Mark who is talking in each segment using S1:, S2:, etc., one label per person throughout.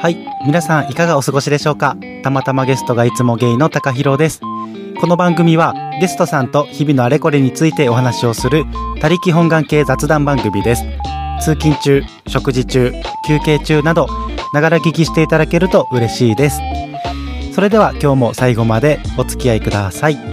S1: はい、皆さんいかがお過ごしでしょうか。たまたまゲストがいつもゲイの高弘です。この番組はゲストさんと日々のあれこれについてお話をする他力本願系雑談番組です。通勤中、食事中、休憩中などながら聞きしていただけると嬉しいです。それでは今日も最後までお付き合いください。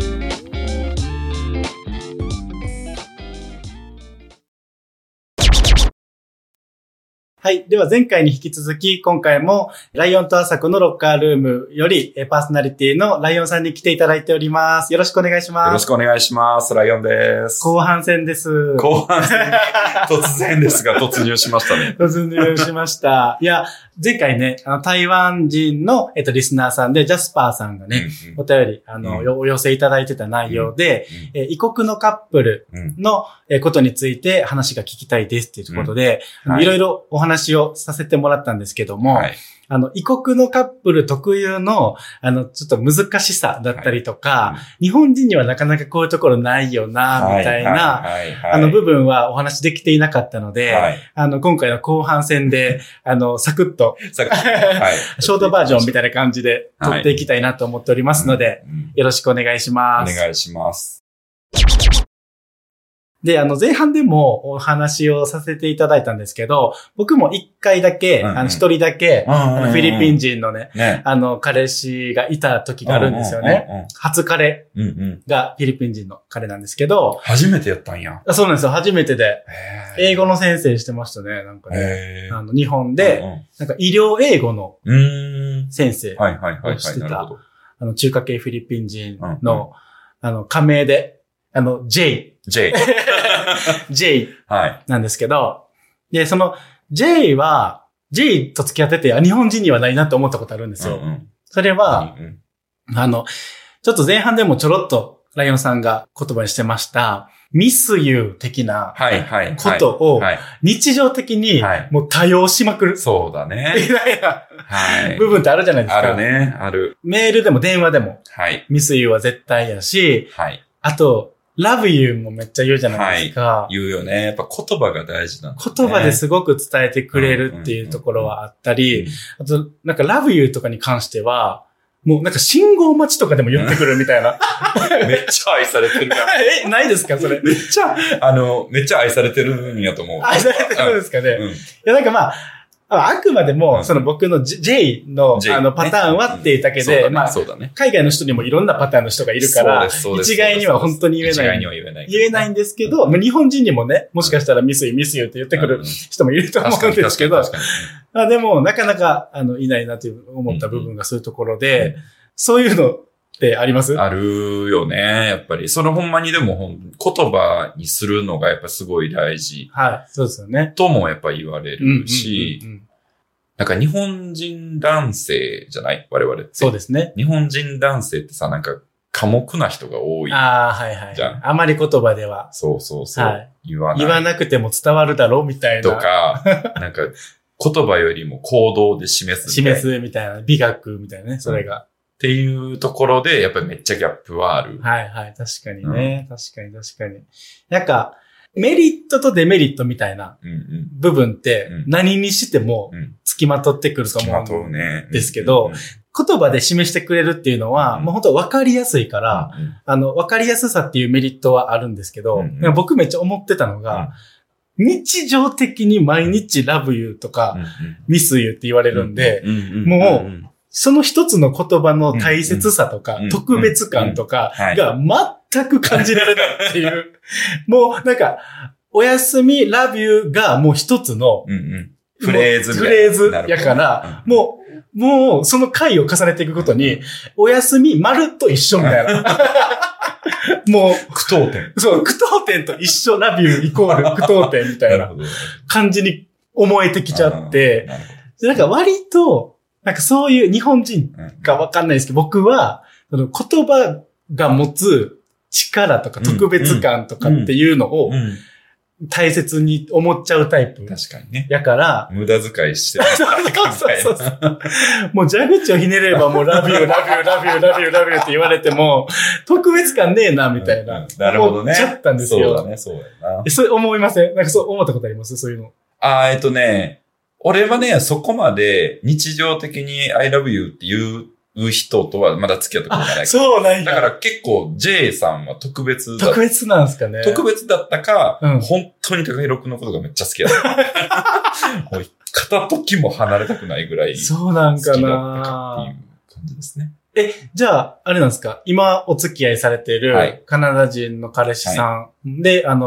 S1: はい。では前回に引き続き、今回もライオンと朝子のロッカールームよりパーソナリティのライオンさんに来ていただいております。よろしくお願いします。
S2: よろしくお願いします。ライオンです。
S1: 後半戦です。
S2: 後半戦突然ですが突入しましたね。
S1: 突入しました。いや、前回ね、台湾人のリスナーさんでジャスパーさんがね、お便りお寄せいただいてた内容で、異国のカップルのことについて話が聞きたいですっていうことで、いろいろお話をさせてもらったんですけども、はい、異国のカップル特有の、ちょっと難しさだったりとか、はい、日本人にはなかなかこういうところないよな、みたいな、部分はお話できていなかったので、はい、今回の後半戦で、サクッと、はい、ショートバージョンみたいな感じで撮っていきたいなと思っておりますので、よろしくお願いします。
S2: お願いします。
S1: で、前半でもお話をさせていただいたんですけど、僕も一回だけ、一人だけ、フィリピン人のね、彼氏がいた時があるんですよね。初彼がフィリピン人の彼なんですけど。
S2: 初めてやったんや。
S1: そうなんですよ、初めてで。英語の先生してましたね、なんかね。日本で、なんか医療英語の先生をしてた、中華系フィリピン人の、仮名で、J なんですけど、で、その J と付き合ってて、日本人にはないなって思ったことあるんですよ。それは、ちょっと前半でもちょろっとライオンさんが言葉にしてました、ミスユー的なことを日常的にもう多用しまくる。
S2: そうだね。
S1: みたいな部分ってあるじゃないですか。
S2: あるね、ある。
S1: メールでも電話でも、ミスユーは絶対やし、あと、love you もめっちゃ言うじゃないですか。
S2: はい、言うよね。やっぱ言葉が大事なんだね。
S1: 言葉ですごく伝えてくれるっていうところはあったり、あと、なんか love you とかに関しては、もうなんか信号待ちとかでも言ってくるみたいな。
S2: めっちゃ愛されてるやん。
S1: ないですかそれ。
S2: めっちゃ愛されてるんやと思う。
S1: 愛されてるんですかね。いや、なんかまあ、あくまでも、その僕の J のパターンはっていうだけで、まあ、海外の人にもいろんなパターンの人がいるから、一概には本当に言えない。言えないんですけど、日本人にもね、もしかしたらミスユって言ってくる人もいると思うんですけど、でもなかなかいないなと思った部分がそういうところで、そういうのってあります？
S2: あるよね、やっぱり。そのほんまにでも言葉にするのがやっぱすごい大事。
S1: はい、そうですよね。
S2: ともやっぱ言われるし、なんか日本人男性じゃない我々って。
S1: そうですね。
S2: 日本人男性ってさ、なんか寡黙な人が多い。
S1: はいはい。じゃん。あまり言葉では。
S2: そう。はい、言わな
S1: くても伝わるだろうみたいな。
S2: とか、なんか言葉よりも行動で示す
S1: みたいな。美学みたいなね、それが。
S2: っていうところで、やっぱりめっちゃギャップはある。
S1: はいはい、確かにね。確かに。なんか、メリットとデメリットみたいな部分って何にしても付きまとってくると思うんですけど、言葉で示してくれるっていうのはもう本当分かりやすいから、分かりやすさっていうメリットはあるんですけど、僕めっちゃ思ってたのが、日常的に毎日ラブユーとかミスユーって言われるんで、もうその一つの言葉の大切さとか特別感とかが全く感じられないっていう。もうなんか、おやすみ、love you がもう一つの
S2: フレーズ
S1: やから、もうその回を重ねていくことに、おやすみ、丸と一緒みたいな。もう、
S2: 句読点。
S1: そう、句読点と一緒、love you イコール句読点みたいな感じに思えてきちゃって、なんか割と、なんかそういう日本人かわかんないですけど、僕は、言葉が持つ力とか特別感とかっていうのを大切に思っちゃうタイプ。
S2: 確かにね。
S1: やから、
S2: 無駄遣いしてる。
S1: そう。もう蛇口をひねればもうラビューって言われても、特別感ねえな、みたいな。
S2: なるほどね。
S1: 思っちゃったんですよ。
S2: そうだね、そうやな。
S1: それ思いません？なんかそう思ったことあります？そういうの。
S2: 俺はね、そこまで日常的に I love you って言う人とはまだ付き合ったことがない。
S1: そうなんや。
S2: だから結構 J さんは特別
S1: なんですかね。
S2: 特別だったか、
S1: うん、
S2: 本当に高弘くんのことがめっちゃ好きだった。もう片時も離れたくないぐらい好きだったかっていう感じですね。
S1: じゃあ、あれなんですか、今お付き合いされているカナダ人の彼氏さんで、はい、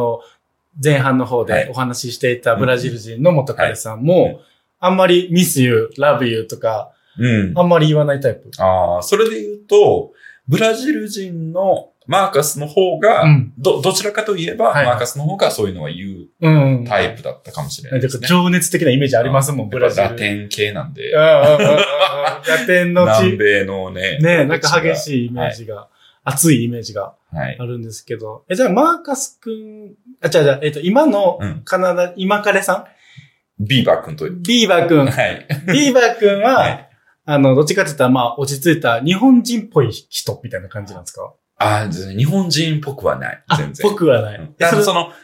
S1: 前半の方でお話ししていたブラジル人の元彼さんも、あんまり miss you, love you とか、あんまり言わないタイプ。
S2: それで言うと、ブラジル人のマーカスの方が、どちらかといえば、マーカスの方がそういうのは言うタイプだったかもしれないですね。
S1: 情熱的なイメージありますもん、ブラジル。
S2: ラテン系なんで。
S1: ラテンの
S2: 南米のね。
S1: ね、なんか激しいイメージが、熱いイメージがあるんですけど。じゃあ、マーカスくん、今の今彼さん
S2: ビーバーくんと。
S1: ビーバーくん。はい。ビーバーくんは、どっちかって言ったら、落ち着いた日本人っぽい人みたいな感じなんですか？
S2: 日本人っぽくはない。全然。
S1: ぽくはない。
S2: I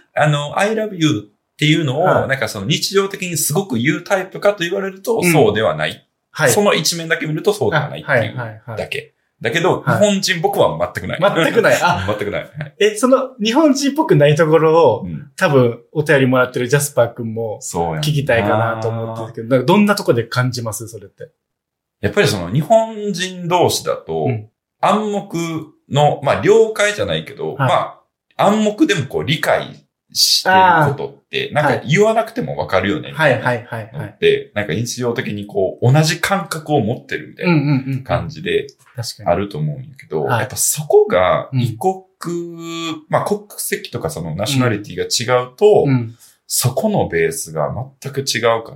S2: love you っていうのを、なんかその日常的にすごく言うタイプかと言われると、そうではない。はい。その一面だけ見るとそうではないっていうだけ。だけど、日本人っぽくは全くない。
S1: 全くない。
S2: 全くない。
S1: その日本人っぽくないところを、多分お便りもらってるジャスパー君も聞きたいかなと思ってるけど、どんなとこで感じますそれって？
S2: やっぱりその日本人同士だと、暗黙の、了解じゃないけど、暗黙でもこう理解してることって、なんか言わなくてもわかるよね。
S1: はいはいはい。
S2: で、なんか日常的にこう同じ感覚を持ってるみたいな感じであると思うんやけど、やっぱそこが異国、国籍とかそのナショナリティが違うと、そこのベースが全く違うから、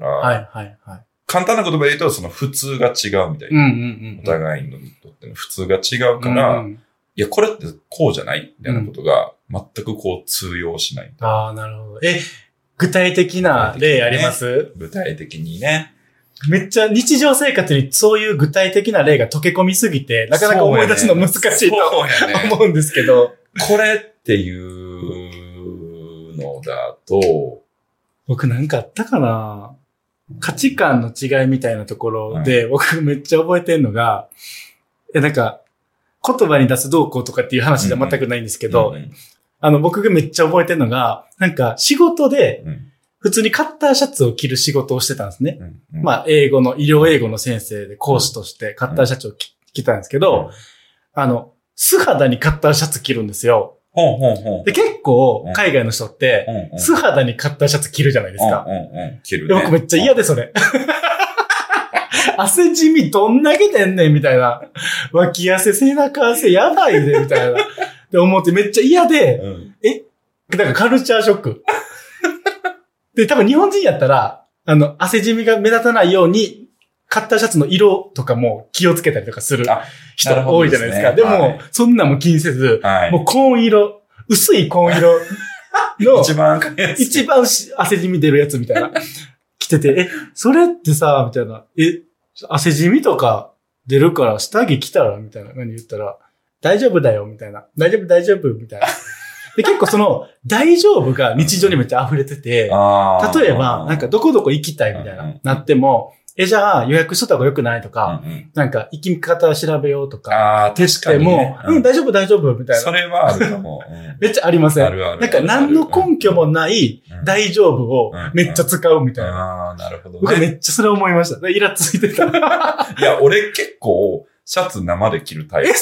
S2: 簡単な言葉で言うとその普通が違うみたいな。お互いにとっての普通が違うから、いや、これってこうじゃないみたいなことが全くこう通用しない。
S1: なるほど。具体的な例あります？
S2: 具体的にね。
S1: めっちゃ日常生活にそういう具体的な例が溶け込みすぎて、なかなか思い出すの難しいと思うんですけど。
S2: これっていうのだと、
S1: 僕なんかあったかな？価値観の違いみたいなところで、僕めっちゃ覚えてんのが、なんか、言葉に出すどうこうとかっていう話では全くないんですけど、僕がめっちゃ覚えてんのが、なんか仕事で、普通にカッターシャツを着る仕事をしてたんですね。医療英語の先生で講師としてカッターシャツを着たんですけど、素肌にカッターシャツ着るんですよ。で結構、海外の人って、素肌にカッターシャツ着るじゃないですか。
S2: 着るね。
S1: 僕めっちゃ嫌で、それ。汗じみどんだけ出んねん、みたいな。脇汗、背中汗、やばいで、みたいな。って思ってめっちゃ嫌で、なんかカルチャーショック。で、多分日本人やったら、汗じみが目立たないように、カッターシャツの色とかも気をつけたりとかする人多いじゃないですか。でも、そんなも気にせず、もう紺色、薄い紺色の、一番汗じみ出るやつみたいな。着てて、それってさ、みたいな、汗じみとか出るから下着着たらみたいな何言ったら、大丈夫だよみたいな。大丈夫みたいな。で、結構その、大丈夫が日常にめっちゃ溢れてて、例えば、なんかどこどこ行きたいみたいな、なっても、じゃあ予約しとった方が良くないとか、なんか行き方調べようとか、
S2: 確かに、ね。
S1: 大丈夫みたいな。
S2: それはあるかも。
S1: めっちゃありません？
S2: ある。
S1: なんか何の根拠もない大丈夫をめっちゃ使うみたいな。
S2: なるほどね。
S1: 僕めっちゃそれ思いました。イラついてた。
S2: いや、俺結構、シャツ生で着るタイプ。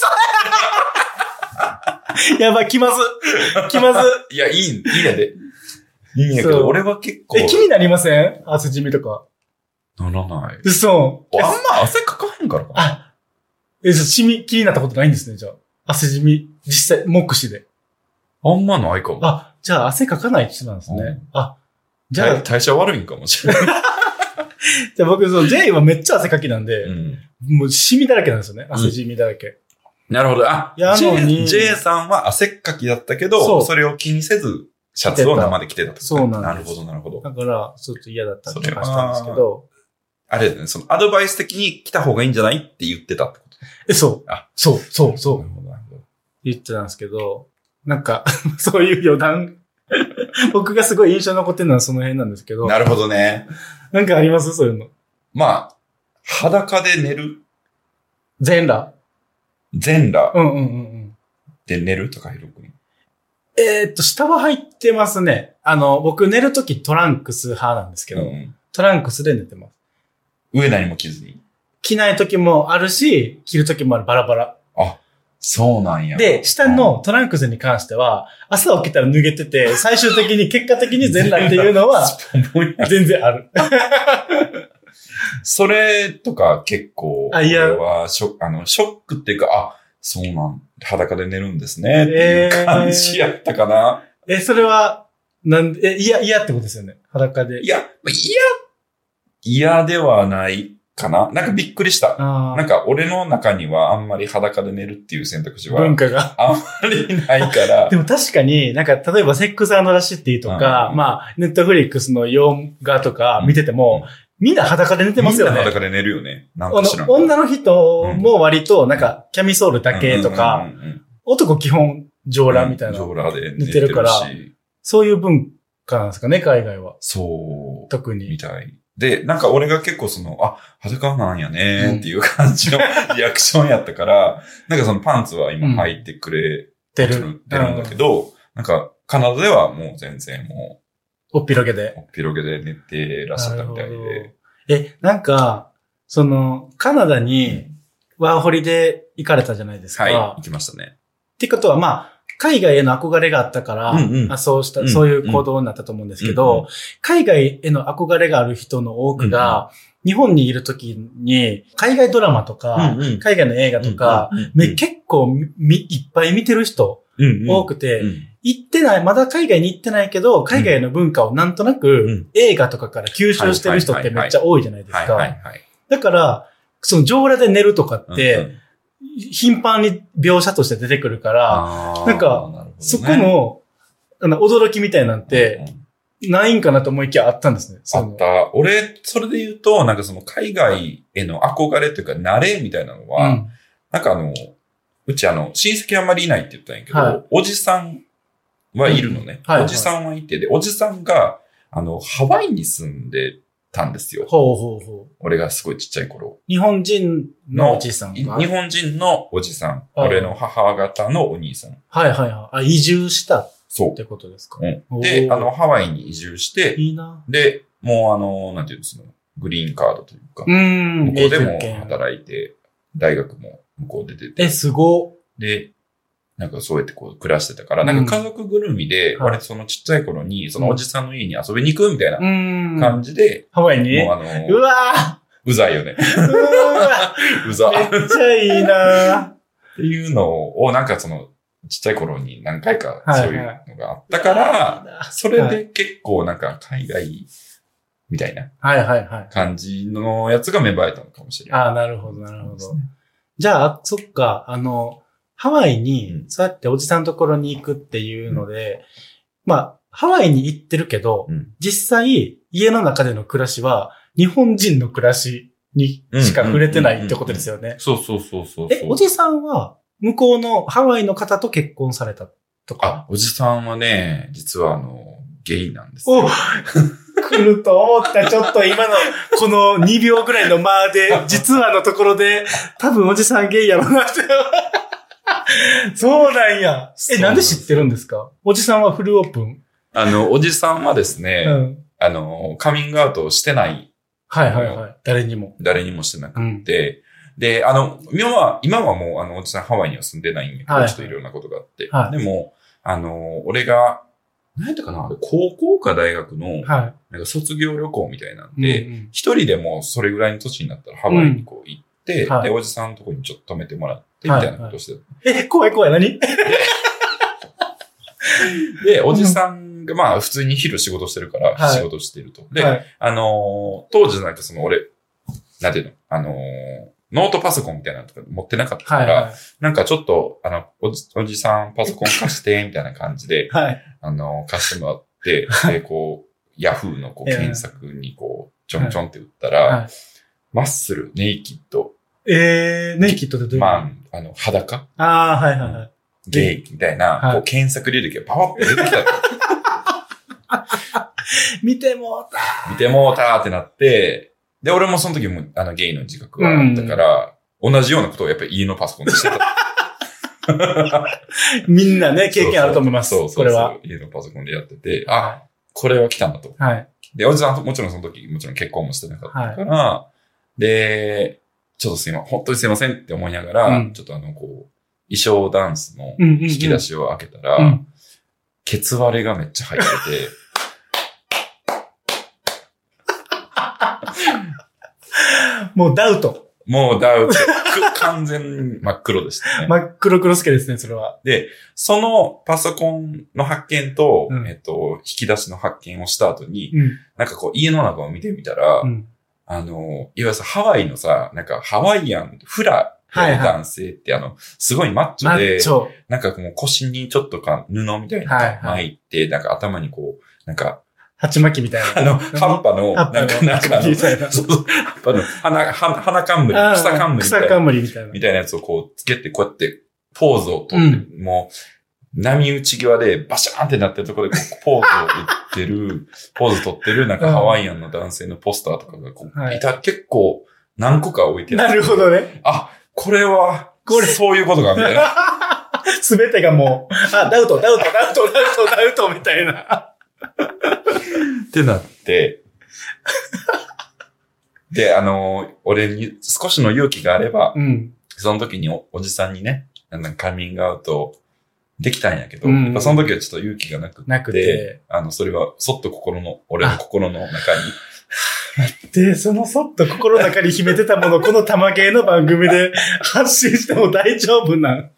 S1: やばい、気まず。
S2: いや、いいねで。いいんやけど、俺は結構。
S1: 気になりません？汗じみとか。
S2: ならない。
S1: 嘘。
S2: あんま汗かかへんからかな。
S1: シミ気になったことないんですね、じゃあ。汗じみ、実際、目視で。
S2: あんまないかも。
S1: じゃあ汗かかない人なんですね。
S2: じゃあ。代謝悪いんかもしれない。
S1: じゃあ僕、J はめっちゃ汗かきなんで、もうシミだらけなんですよね。汗じみだらけ。
S2: なるほど。J さんは汗かきだったけど、それを気にせず、シャツを生で着てたってこと。
S1: そうなんです。
S2: なるほど。
S1: だから、ちょっと嫌だったりとかしたんですけど。
S2: あれだね、そのアドバイス的に来た方がいいんじゃないって言ってたってこと
S1: そう。そう。言ってたんですけど、なんか、そういう余談。僕がすごい印象に残ってるのはその辺なんですけど。
S2: なるほどね。
S1: なんかありますそういうの。
S2: まあ、裸で寝る
S1: 全裸
S2: 全裸
S1: うんうんうんうん。
S2: で寝るとか、ひろくん。
S1: 下は入ってますね。僕寝るときトランクス派なんですけど、トランクスで寝てます。
S2: 上何も着ずに
S1: 着ないときもあるし、着るときもある、バラバラ。
S2: あ、そうなんや。
S1: で、下のトランクスに関しては、朝起きたら脱げてて、最終的に結果的に全裸っていうのは、全然ある。
S2: それとか結構、
S1: いや、
S2: 俺はショックっていうか、そう裸で寝るんですね、っていう感じやったかな。
S1: それは、嫌ってことですよね。裸で。
S2: 嫌ではないかな。なんかびっくりした。なんか俺の中にはあんまり裸で寝るっていう選択肢は。文化が。あんまりないから。
S1: でも確かになんか例えばセックス&ラシッティとか、まあ、ネットフリックスの洋画とか見てても、みんな裸で寝てますよね。
S2: みんな裸で寝るよね。なんか知らん。
S1: 女の人も割となんかキャミソールだけとか、男基本上裸みたいな。
S2: 上裸で
S1: 寝てるから、そういう文化なんですかね、海外は。
S2: そう。
S1: 特に。
S2: みたい。で、なんか俺が結構裸なんやねっていう感じのリアクションやったから、なんかそのパンツは今履いてくれてるんだけど、なんかカナダではもう全然も
S1: う、おっぴろげで
S2: 寝てらっしゃったみたいで。
S1: なんか、カナダにワーホリで行かれたじゃないですか。
S2: はい、行きましたね。
S1: ってことはまあ、海外への憧れがあったから、そういう行動になったと思うんですけど、海外への憧れがある人の多くが、日本にいるときに、海外ドラマとか、海外の映画とか、結構いっぱい見てる人多くて、行ってない、まだ海外に行ってないけど、海外の文化をなんとなく映画とかから吸収してる人ってめっちゃ多いじゃないですか。だから、上裸で寝るとかって、頻繁に描写として出てくるから、なんか、そこの、驚きみたいなんて、ないんかなと思いきやあったんですね。
S2: あった。俺、それで言うと、なんか海外への憧れというか、慣れみたいなのは、なんかうち親戚あんまりいないって言ったんやけど、おじさんはいるのね。おじさんはいて、で、おじさんが、ハワイに住んでたんですよ。俺がすごいちっちゃい頃。
S1: 日本人のおじさん
S2: が日本人のおじさん。俺の母方のお兄さん。
S1: 移住したってことですか。
S2: で、ハワイに移住して、
S1: いいな。
S2: で、もうなんていうんですか、グリーンカードというか、向こうでも働いて、大学も向こうで出て。
S1: すご。
S2: で、なんかそうやって暮らしてたから、なんか家族ぐるみで、割とちっちゃい頃に、そのおじさんの家に遊びに行くみたいな感じで、
S1: ハワイにもううわ
S2: うざいよね。うざ。
S1: めっちゃいいな
S2: っていうのを、なんかちっちゃい頃に何回かそういうのがあったから、それで結構なんか海外みたいな感じのやつが芽生えたのかもしれない。
S1: なるほど、なるほど。じゃあ、そっか、ハワイに、そうやっておじさんのところに行くっていうので、まあ、ハワイに行ってるけど、実際、家の中での暮らしは、日本人の暮らしにしか触れてないってことですよね。
S2: そう。
S1: おじさんは、向こうのハワイの方と結婚されたとか？
S2: おじさんはね、実はゲイなんですよ。
S1: 来ると思った。ちょっと今の、この2秒ぐらいの間で、実はのところで、多分おじさんゲイやろなって。そうなんや。なんで知ってるんですか？おじさんはフルオープン？
S2: おじさんはですね、カミングアウトをしてない。誰にもしてなくて、で、今はもう、おじさんハワイには住んでないんやけど、ちょっといろんなことがあって。でも、俺が、何やったかな、高校か大学の、なんか卒業旅行みたいなんで、一人でもそれぐらいの年になったらハワイに行って、で、おじさんのとこにちょっと泊めてもらって、みたいなことしてた。
S1: 怖い、何
S2: で、おじさんが、まあ、普通に昼仕事してるから、仕事してると。で、当時なんか俺、なんていうの、ノートパソコンみたいなのとか持ってなかったから、なんかちょっと、おじさんパソコン貸して、みたいな感じで、貸してもらって、で、ヤフーの検索にちょんちょんって打ったら、マッスル、ネイキッド。
S1: ネイキッドってどういう？
S2: まあ、裸？ゲイみたいな、検索履歴がパワッと出てきた。
S1: 見てもうた
S2: ってなって、で、俺もその時もゲイの自覚があったから、同じようなことをやっぱり家のパソコンでしてた。
S1: みんなね、経験あると思います。これは。
S2: 家のパソコンでやってて、あ、これは来たんだと。
S1: はい。
S2: で、おじさんもちろんその時、もちろん結婚もしてなかったから、で、ちょっと本当にすいませんって思いながら、ちょっと衣装ダンスの引き出しを開けたら、ケツ割れがめっちゃ入ってて、
S1: もうダウト。
S2: 完全に真っ黒でしたね。
S1: 真っ黒黒助ですね、それは。
S2: で、そのパソコンの発見と、引き出しの発見をした後に、なんかこう家の中を見てみたら、いわゆるさ、ハワイのさ、なんかハワイアン、フラの男性ってすごいマッチョで、なんかもう腰にちょっと布みたいなの巻いて、なんか頭にこう、なんか、
S1: 鉢巻きみたいな。
S2: 葉っぱの、なんか葉っぱの花冠、草冠みたいなやつをこうつけて、こうやってポーズをとって、もう、波打ち際でバシャーンってなってるところでポーズ取ってる、なんかハワイアンの男性のポスターとかがこう、結構何個か置いてある。
S1: なるほどね。
S2: あ、これそういうことか、みたいな。
S1: すべてがもう、ダウトみたいな。
S2: ってなって、で、俺に少しの勇気があれば、その時におじさんにね、カミングアウトできたんやけど、やっぱその時はちょっと勇気がなくて、それはそっと俺の心の中に。
S1: で、そのそっと心の中に秘めてたもの、この玉系の番組で発信しても大丈夫なん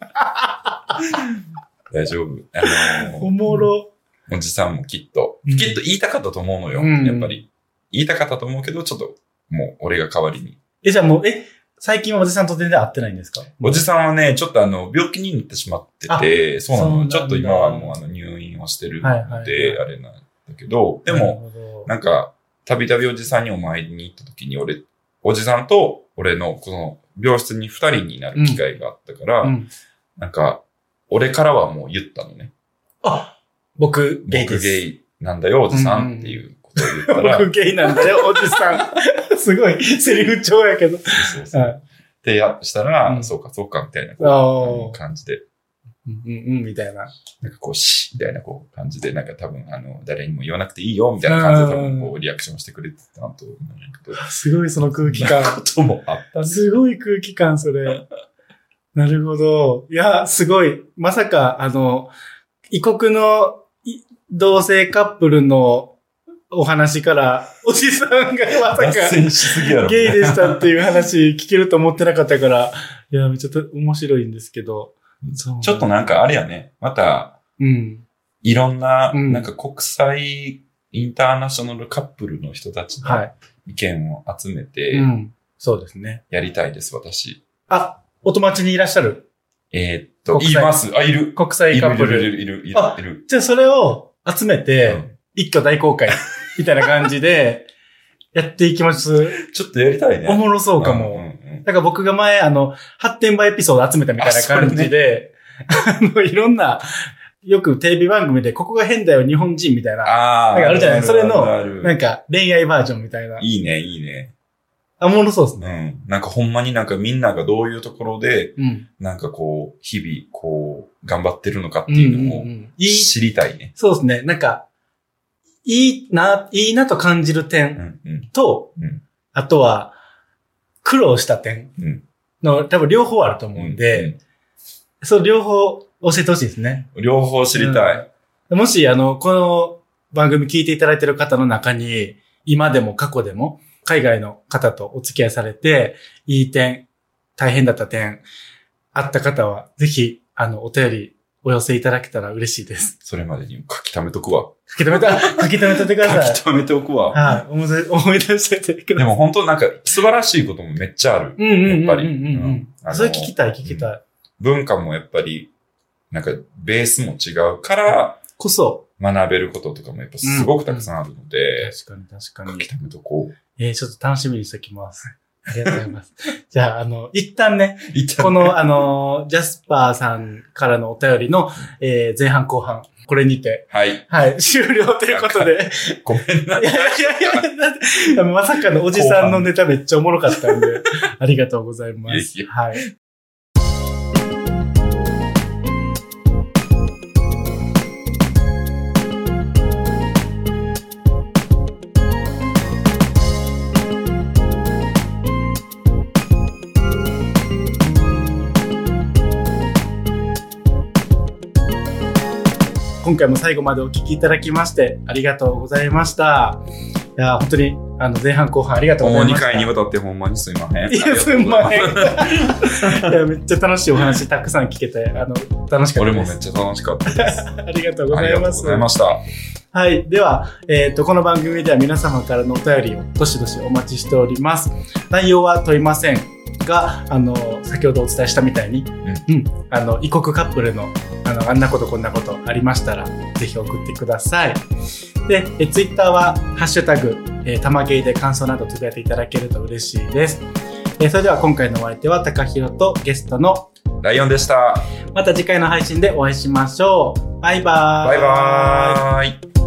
S2: 大丈夫。
S1: おもろ。
S2: おじさんもきっと言いたかったと思うのよ。やっぱり。言いたかったと思うけど、ちょっと、もう俺が代わりに。
S1: じゃあもう、最近はおじさんと全然会ってないんですか？
S2: おじさんはね、ちょっと病気になってしまってて、そうなの。ちょっと今はもう入院をしてるので、あれなんだけど、でも、なんか、たびたびおじさんにお参りに行った時におじさんと俺のこの病室に2人になる機会があったから、なんか、俺からはもう言ったのね。
S1: 僕ゲ
S2: イなんだよ、おじさんっていうことを言ったら。
S1: 僕ゲイなんだよ、おじさん。すごい、セリフ調やけど。
S2: そう。で、したら、そうか、みたいな感じで。
S1: みたいな。
S2: なんかこう、みたいな感じで、なんか多分、誰にも言わなくていいよ、みたいな感じで多分、リアクションしてくれてたなと思うんだけど。
S1: すごいその空気感。
S2: こともあった。
S1: すごい空気感、それ。なるほど。いや、すごい。まさか、異国の同性カップルのお話から、おじさんがまさかゲイでしたっていう話聞けると思ってなかったから、いや、めっちゃ面白いんですけど。
S2: ちょっとなんかあれやね、また、いろんな、なんか国際インターナショナルカップルの人たちの意見を集めて、
S1: そうですね。
S2: やりたいです、私。
S1: お友達にいらっしゃる？
S2: います。いる。
S1: 国際カップル。
S2: いる。じ
S1: ゃあそれを集めて、一挙大公開みたいな感じで、やっていきます。
S2: ちょっとやりたいね。
S1: おもろそうかも。だから僕が前、発展場エピソード集めたみたいな感じで、いろんな、よくテレビ番組で、ここが変だよ、日本人みたいな。なんかあるじゃない。それの、なんか恋愛バージョンみたいな。
S2: いいね。
S1: おもろそうですね。
S2: なんかほんまになんかみんながどういうところで、なんかこう、日々こう、頑張ってるのかっていうのを知りたいね。
S1: そうですね。なんか、いいなと感じる点と、あとは、苦労した点の、多分両方あると思うんで、その両方教えてほしいですね。
S2: 両方知りたい。
S1: もし、この番組聞いていただいている方の中に、今でも過去でも、海外の方とお付き合いされて、いい点、大変だった点、あった方は、ぜひ、お便りお寄せいただけたら嬉しいです。
S2: それまでに書き溜めとくわ。
S1: 書き溜めとってください。
S2: 書き溜めておくわ。
S1: はい。思い出しててください。
S2: でも本当なんか素晴らしいこともめっちゃある。やっぱり。
S1: それ聞きたい。
S2: 文化もやっぱり、なんかベースも違うから、
S1: こそ、
S2: 学べることとかもやっぱすごくたくさんあるので、
S1: 確かに。
S2: 書き溜めとこう。
S1: ちょっと楽しみにしておきます。 ありがとうございます。じゃあ、一旦ね、この、ジャスパーさんからのお便りの、前半後半、これにて、
S2: はい。
S1: はい、終了ということで。
S2: ごめんなさい。
S1: いやまさかのおじさんのネタめっちゃおもろかったんで、ありがとうございます。はい。今回も最後までお聞きいただきましてありがとうございました。いや、本当に、前半後半ありがとうございました。
S2: もう2回にわたってほんまにすいません。
S1: いや、すいません。いや、めっちゃ楽しいお話たくさん聞けて、楽しかったです。
S2: 俺もめっちゃ楽しかったです。
S1: ありがとうございます。
S2: ありがとうございました。
S1: はい。では、この番組では皆様からのお便りをどしどしお待ちしております。内容は問いませんが、先ほどお伝えしたみたいに、異国カップルの、あんなことこんなことありましたら、ぜひ送ってください。で、ツイッターは、ハッシュタグ、たまげいで感想などつぶやいていただけると嬉しいです。それでは今回のお相手は、たかひろとゲストの
S2: ライオンでした。
S1: また次回の配信でお会いしましょう。バイバーイ。
S2: バイバーイ。